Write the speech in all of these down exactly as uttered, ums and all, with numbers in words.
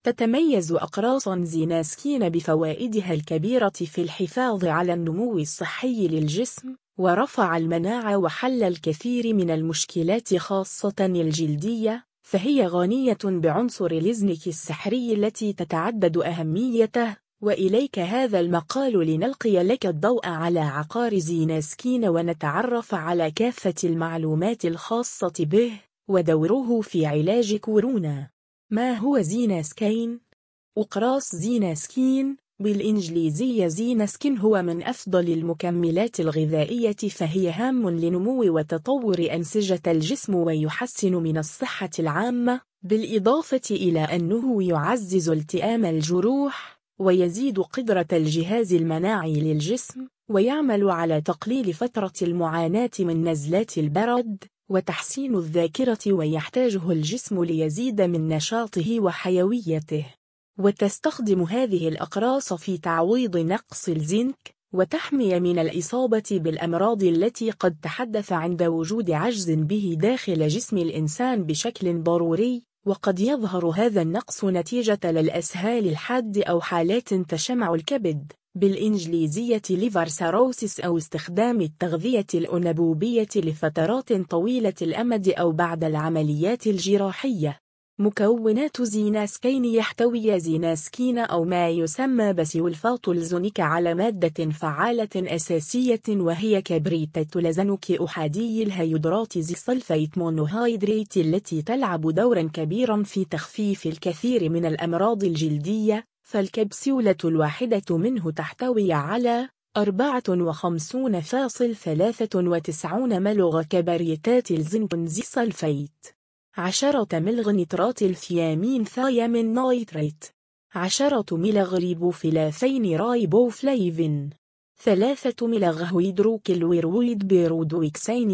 تتميز أقراص زيناسكين بفوائدها الكبيرة في الحفاظ على النمو الصحي للجسم ورفع المناعة وحل الكثير من المشكلات خاصة الجلدية، فهي غنية بعنصر الإزنك السحري التي تتعدد أهميته. وإليك هذا المقال لنلقي لك الضوء على عقار زيناسكين ونتعرف على كافة المعلومات الخاصة به ودوره في علاج كورونا. ما هو زيناسكين؟ أقراص زيناسكين بالإنجليزية زيناسكين هو من أفضل المكملات الغذائية، فهي هام لنمو وتطور أنسجة الجسم ويحسن من الصحة العامة، بالإضافة إلى أنه يعزز التئام الجروح ويزيد قدرة الجهاز المناعي للجسم، ويعمل على تقليل فترة المعاناة من نزلات البرد وتحسين الذاكرة، ويحتاجه الجسم ليزيد من نشاطه وحيويته. وتستخدم هذه الأقراص في تعويض نقص الزنك وتحمي من الإصابة بالأمراض التي قد تحدث عند وجود عجز به داخل جسم الإنسان بشكل ضروري، وقد يظهر هذا النقص نتيجة للأسهال الحاد أو حالات تشمع الكبد بالإنجليزية liver cirrhosis أو استخدام التغذية الأنبوبية لفترات طويلة الأمد أو بعد العمليات الجراحية. مكونات زيناسكين: يحتوي زيناسكين أو ما يسمى بسيولفاط الزنك على مادة فعالة أساسية وهي كبريتة الزنك أحادي الهيدرات زيسلفيت مونوهيدريت التي تلعب دورا كبيرا في تخفيف الكثير من الأمراض الجلدية، فالكبسولة الواحدة منه تحتوي على أربعة وخمسين فاصلة ثلاثة وتسعين ملغ كبريتات الزنك زيسلفيت، عشرة ملغ نترات الثيامين ثيامين نايتريت، عشرة ملغ ريبوفلافين رايبوفلافين، ثلاثة ملغ هيدروكلويرويد بيرودوكسين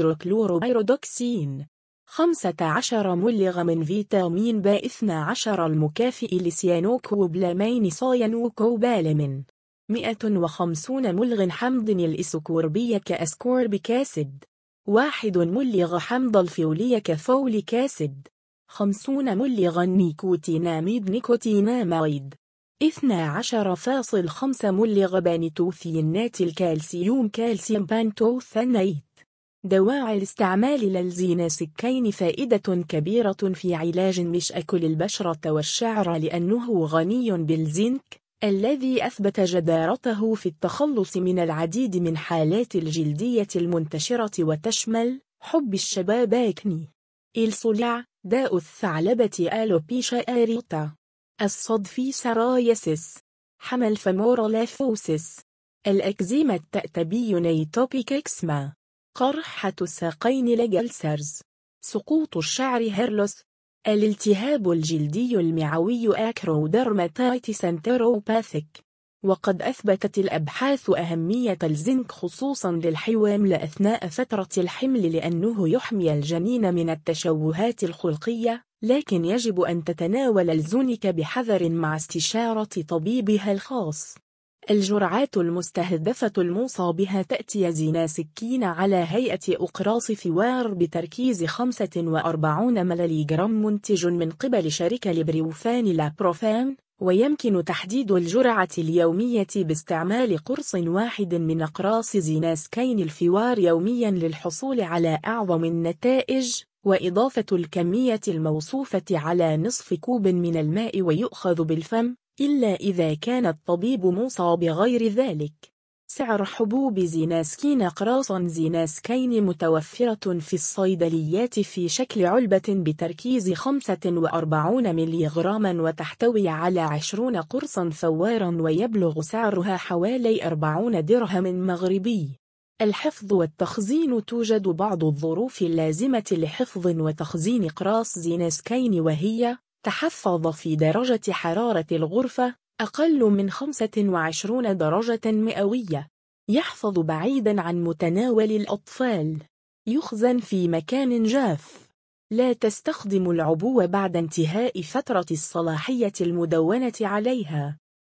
هيدروكلوروبيرودوكسين، خمسة عشر ملغ من فيتامين ب اثني عشر المكافئ لسيانوكوبلامين صيانوكوبالامين، مئة وخمسين ملغ حمض الإسكوربيك أسكوربيك أسيد، واحد ملغ حمض الفيوليك فوليك أسيد، خمسون ملغ نيكوتيناميد نيكوتيناميد، اثني عشر فاصلة خمسة ملغ بانيتوثينات الكالسيوم كالسيوم بانتوثينات. دواعي الاستعمال للزيناسكين: فائدة كبيرة في علاج مشاكل البشرة والشعر لأنه غني بالزنك الذي أثبت جدارته في التخلص من العديد من حالات الجلدية المنتشرة، وتشمل حب الشباب أكني، الصلع، داء الثعلبة ألوبيشا أريتا، الصدفي سرايسيس، حمى الفمورولافوسيس، الأكزيما التأتبي نيتوبيك إكسما، قرحة الساقين لجلسرز، سقوط الشعر هيرلوس، الالتهاب الجلدي المعوي أكرودرماتايتس انتروباثيك. وقد أثبتت الأبحاث أهمية الزنك خصوصا للحوامل أثناء فترة الحمل لأنه يحمي الجنين من التشوهات الخلقية، لكن يجب أن تتناول الزنك بحذر مع استشارة طبيبها الخاص. الجرعات المستهدفة الموصى بها: تأتي زيناسكين على هيئة أقراص ثوار بتركيز خمسة وأربعين ملليغرام منتج من قبل شركة لبريوفان لابروفان، ويمكن تحديد الجرعة اليومية باستعمال قرص واحد من أقراص زيناسكين الفوار يوميا للحصول على أعظم النتائج، وإضافة الكمية الموصوفة على نصف كوب من الماء ويؤخذ بالفم إلا إذا كان الطبيب موصى بغير ذلك. سعر حبوب زيناسكين: أقراص زيناسكين متوفرة في الصيدليات في شكل علبة بتركيز خمسة وأربعين ملغراما وتحتوي على عشرين قرصا فوارا، ويبلغ سعرها حوالي أربعين درهم مغربي. الحفظ والتخزين: توجد بعض الظروف اللازمة لحفظ وتخزين أقراص زيناسكين، وهي: تحفظ في درجة حرارة الغرفة أقل من خمسة وعشرين درجة مئوية، يحفظ بعيدا عن متناول الأطفال، يخزن في مكان جاف، لا تستخدم العبوة بعد انتهاء فترة الصلاحية المدونة عليها.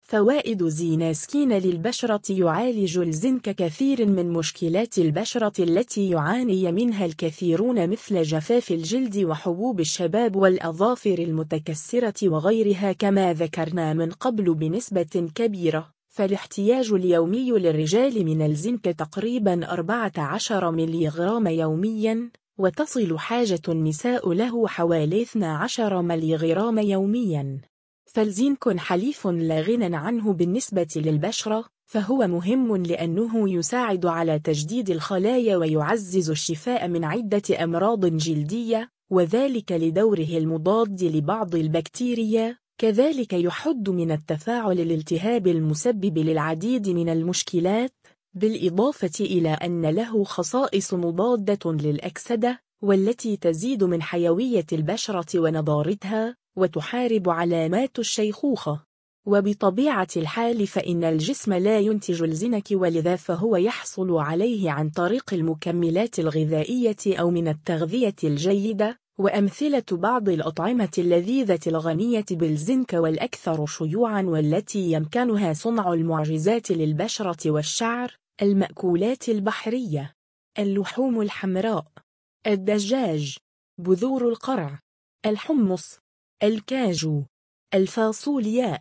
فوائد زيناسكين للبشرة. يعالج الزنك كثير من مشكلات البشرة التي يعاني منها الكثيرون مثل جفاف الجلد وحبوب الشباب والأظافر المتكسرة وغيرها. كما ذكرنا من قبل بنسبة كبيرة، فالاحتياج اليومي للرجال من الزنك تقريبا أربعة عشر مليغرام يوميا، وتصل حاجة النساء له حوالي اثني عشر مليغرام يوميا. فالزنك حليف لا غنى عنه بالنسبة للبشرة، فهو مهم لأنه يساعد على تجديد الخلايا ويعزز الشفاء من عدة أمراض جلدية، وذلك لدوره المضاد لبعض البكتيريا. كذلك يحد من تفاعل الالتهاب المسبب للعديد من المشكلات، بالإضافة إلى أن له خصائص مضادة للأكسدة، والتي تزيد من حيوية البشرة ونضارتها، وتحارب علامات الشيخوخة. وبطبيعة الحال فإن الجسم لا ينتج الزنك، ولذا فهو يحصل عليه عن طريق المكملات الغذائية أو من التغذية الجيدة. وأمثلة بعض الأطعمة اللذيذة الغنية بالزنك والأكثر شيوعاً والتي يمكنها صنع المعجزات للبشرة والشعر: المأكولات البحرية، اللحوم الحمراء، الدجاج، بذور القرع، الحمص، الكاجو، الفاصولياء،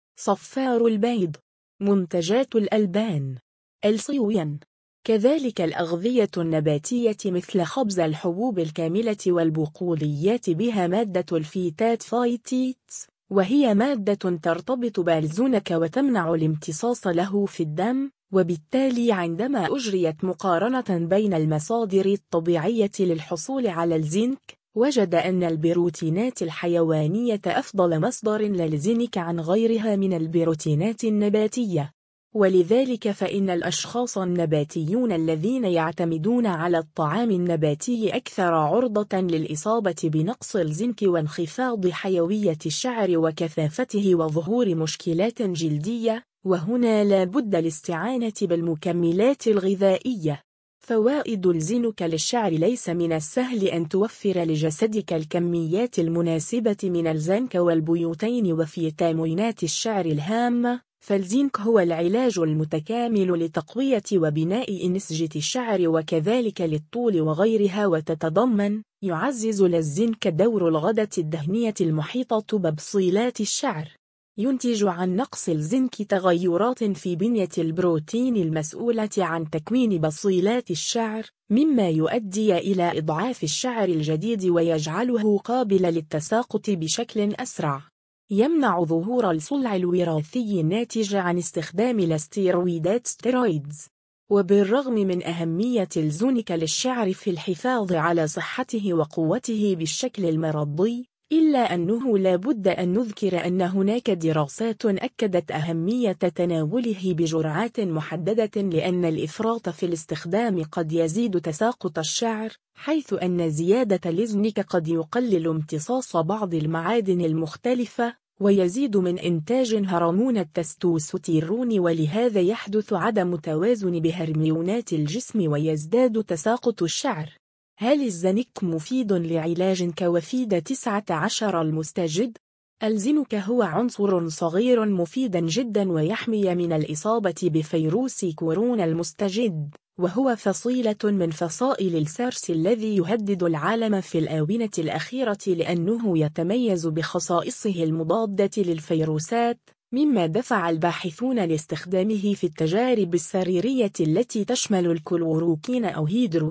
صفار البيض، منتجات الألبان، الصويا. كذلك الأغذية النباتية مثل خبز الحبوب الكاملة والبقوليات بها مادة الفيتات فايتيتس، وهي مادة ترتبط بالزنك وتمنع الامتصاص له في الدم. وبالتالي عندما أجريت مقارنة بين المصادر الطبيعية للحصول على الزنك، وجد أن البروتينات الحيوانية أفضل مصدر للزنك عن غيرها من البروتينات النباتية. ولذلك فإن الأشخاص النباتيون الذين يعتمدون على الطعام النباتي أكثر عرضة للإصابة بنقص الزنك وانخفاض حيوية الشعر وكثافته وظهور مشكلات جلدية. وهنا لا بد الاستعانة بالمكملات الغذائية. فوائد الزنك للشعر: ليس من السهل أن توفر لجسدك الكميات المناسبة من الزنك والبيوتين وفيتامينات الشعر الهامة، فالزنك هو العلاج المتكامل لتقوية وبناء نسجة الشعر وكذلك للطول وغيرها. وتتضمن يعزز للزنك دور الغدة الدهنية المحيطة ببصيلات الشعر. ينتج عن نقص الزنك تغيرات في بنية البروتين المسؤولة عن تكوين بصيلات الشعر، مما يؤدي إلى إضعاف الشعر الجديد ويجعله قابل للتساقط بشكل أسرع. يمنع ظهور الصلع الوراثي الناتج عن استخدام الاستيرويدات ستيرويدز. وبالرغم من أهمية الزنك للشعر في الحفاظ على صحته وقوته بالشكل المرضي، إلا أنه لا بد أن نذكر أن هناك دراسات أكدت أهمية تناوله بجرعات محددة، لأن الإفراط في الاستخدام قد يزيد تساقط الشعر، حيث أن زيادة الزنك قد يقلل امتصاص بعض المعادن المختلفة، ويزيد من إنتاج هرمون التستوستيرون، ولهذا يحدث عدم توازن بهرمونات الجسم ويزداد تساقط الشعر. هل الزنك مفيد لعلاج كوفيد تسعة عشر المستجد؟ الزنك هو عنصر صغير مفيد جدا ويحمي من الإصابة بفيروس كورونا المستجد، وهو فصيلة من فصائل السارس الذي يهدد العالم في الآونة الأخيرة لأنه يتميز بخصائصه المضادة للفيروسات، مما دفع الباحثون لاستخدامه في التجارب السريرية التي تشمل الكلوروكين أو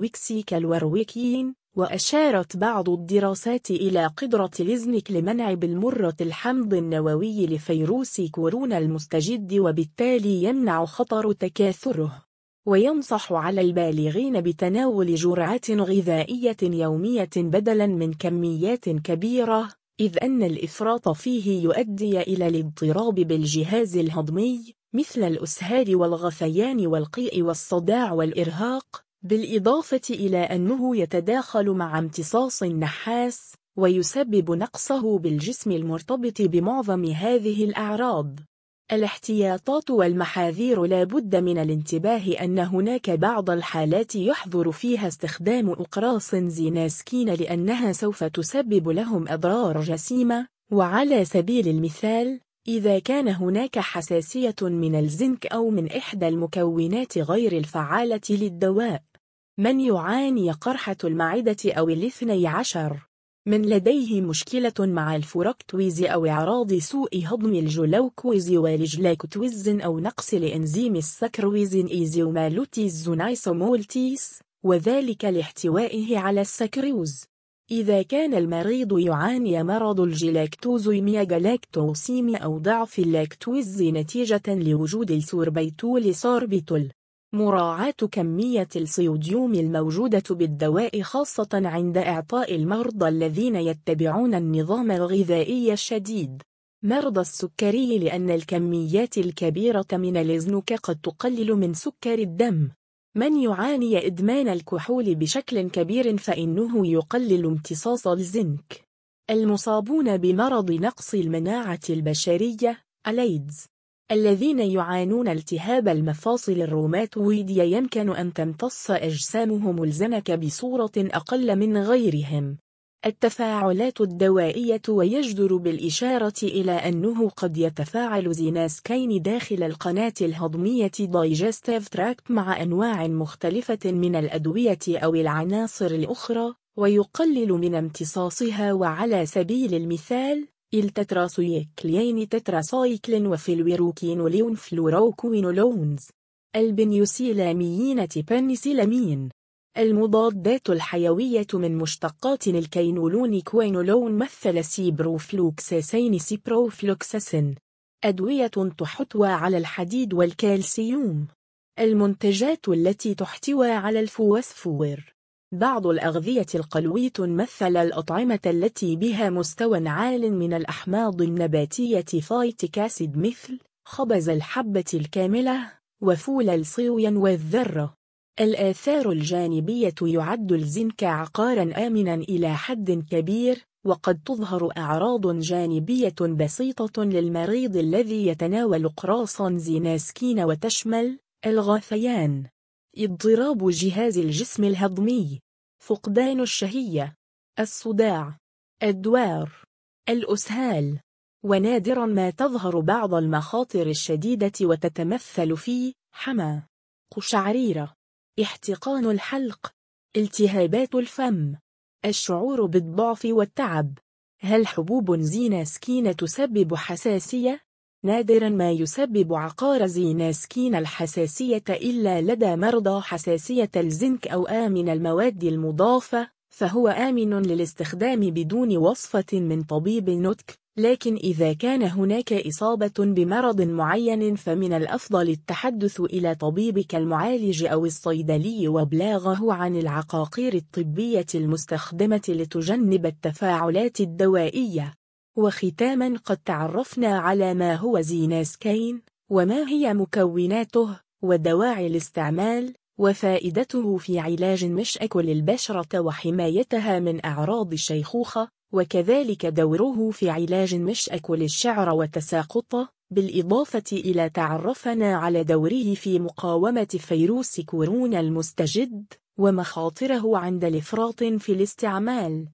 هيدروكسيكلوروكين. وأشارت بعض الدراسات إلى قدرة الزنك لمنع بالمرة الحمض النووي لفيروس كورونا المستجد، وبالتالي يمنع خطر تكاثره. وينصح على البالغين بتناول جرعات غذائية يومية بدلاً من كميات كبيرة، إذ أن الإفراط فيه يؤدي إلى الاضطراب بالجهاز الهضمي مثل الإسهال والغثيان والقيء والصداع والإرهاق، بالإضافة إلى أنه يتداخل مع امتصاص النحاس ويسبب نقصه بالجسم المرتبط بمعظم هذه الأعراض. الاحتياطات والمحاذير: لا بد من الانتباه أن هناك بعض الحالات يحظر فيها استخدام أقراص زيناسكين لأنها سوف تسبب لهم أضرار جسيمة، وعلى سبيل المثال إذا كان هناك حساسية من الزنك أو من إحدى المكونات غير الفعالة للدواء. من يعاني قرحة المعدة أو الاثني عشر من لديه مشكلة مع الفركتويز أو إعراض سوء هضم الجلوكوز والجلاكتويز أو نقص لإنزيم السكرويز إيزومالوتيز نايسومولتيس، وذلك لاحتوائه على السكروز. إذا كان المريض يعاني مرض الجلاكتوزيميا جلاكتوسيميا أو ضعف اللاكتوز نتيجة لوجود السوربيتول سوربيتول. مراعاة كمية الصوديوم الموجودة بالدواء خاصة عند إعطاء المرضى الذين يتبعون النظام الغذائي الشديد. مرضى السكري لأن الكميات الكبيرة من الزنك قد تقلل من سكر الدم. من يعاني إدمان الكحول بشكل كبير فإنه يقلل امتصاص الزنك. المصابون بمرض نقص المناعة البشرية الإيدز الذين يعانون التهاب المفاصل الروماتويدية يمكن أن تمتص أجسامهم الزنك بصورة أقل من غيرهم. التفاعلات الدوائية ويجدر بالإشارة إلى أنه قد يتفاعل زيناسكين داخل القناة الهضمية digestive tract مع أنواع مختلفة من الأدوية أو العناصر الأخرى ويقلل من امتصاصها. وعلى سبيل المثال التتراسايكلين تتراسايكلين وفلوروكينولون فلوروكوينولونز، البنيوسيلاميين بنسيلامين. المضادات الحيوية من مشتقات الكينولون كوينولون مثل سيبروفلوكساسين سيبروفلوكساسين. أدوية تحتوي على الحديد والكالسيوم. المنتجات التي تحتوي على الفوسفور. بعض الأغذية القلوية مثل الأطعمة التي بها مستوى عال من الأحماض النباتية فايتيك أسيد مثل خبز الحبة الكاملة وفول الصويا والذرة. الآثار الجانبية يعد الزنك عقارا آمنا إلى حد كبير، وقد تظهر أعراض جانبية بسيطة للمريض الذي يتناول قراصا زيناسكين وتشمل الغثيان، اضطراب جهاز الجسم الهضمي، فقدان الشهية، الصداع، الدوار، الأسهال، ونادرا ما تظهر بعض المخاطر الشديدة وتتمثل في حمى، قشعريرة، احتقان الحلق، التهابات الفم، الشعور بالضعف والتعب. هل حبوب زيناسكين تسبب حساسية؟ نادرا ما يسبب عقار زيناسكين الحساسية إلا لدى مرضى حساسية الزنك أو آمن المواد المضافة، فهو آمن للاستخدام بدون وصفة من طبيب نطق. لكن إذا كان هناك إصابة بمرض معين فمن الأفضل التحدث إلى طبيبك المعالج أو الصيدلي وإبلاغه عن العقاقير الطبية المستخدمة لتجنب التفاعلات الدوائية. وختاما، قد تعرفنا على ما هو زيناسكين وما هي مكوناته ودواعي الاستعمال وفائدته في علاج مشاكل البشرة وحمايتها من أعراض الشيخوخة، وكذلك دوره في علاج مشاكل الشعر وتساقطه، بالإضافة إلى تعرفنا على دوره في مقاومة فيروس كورونا المستجد ومخاطره عند الإفراط في الاستعمال.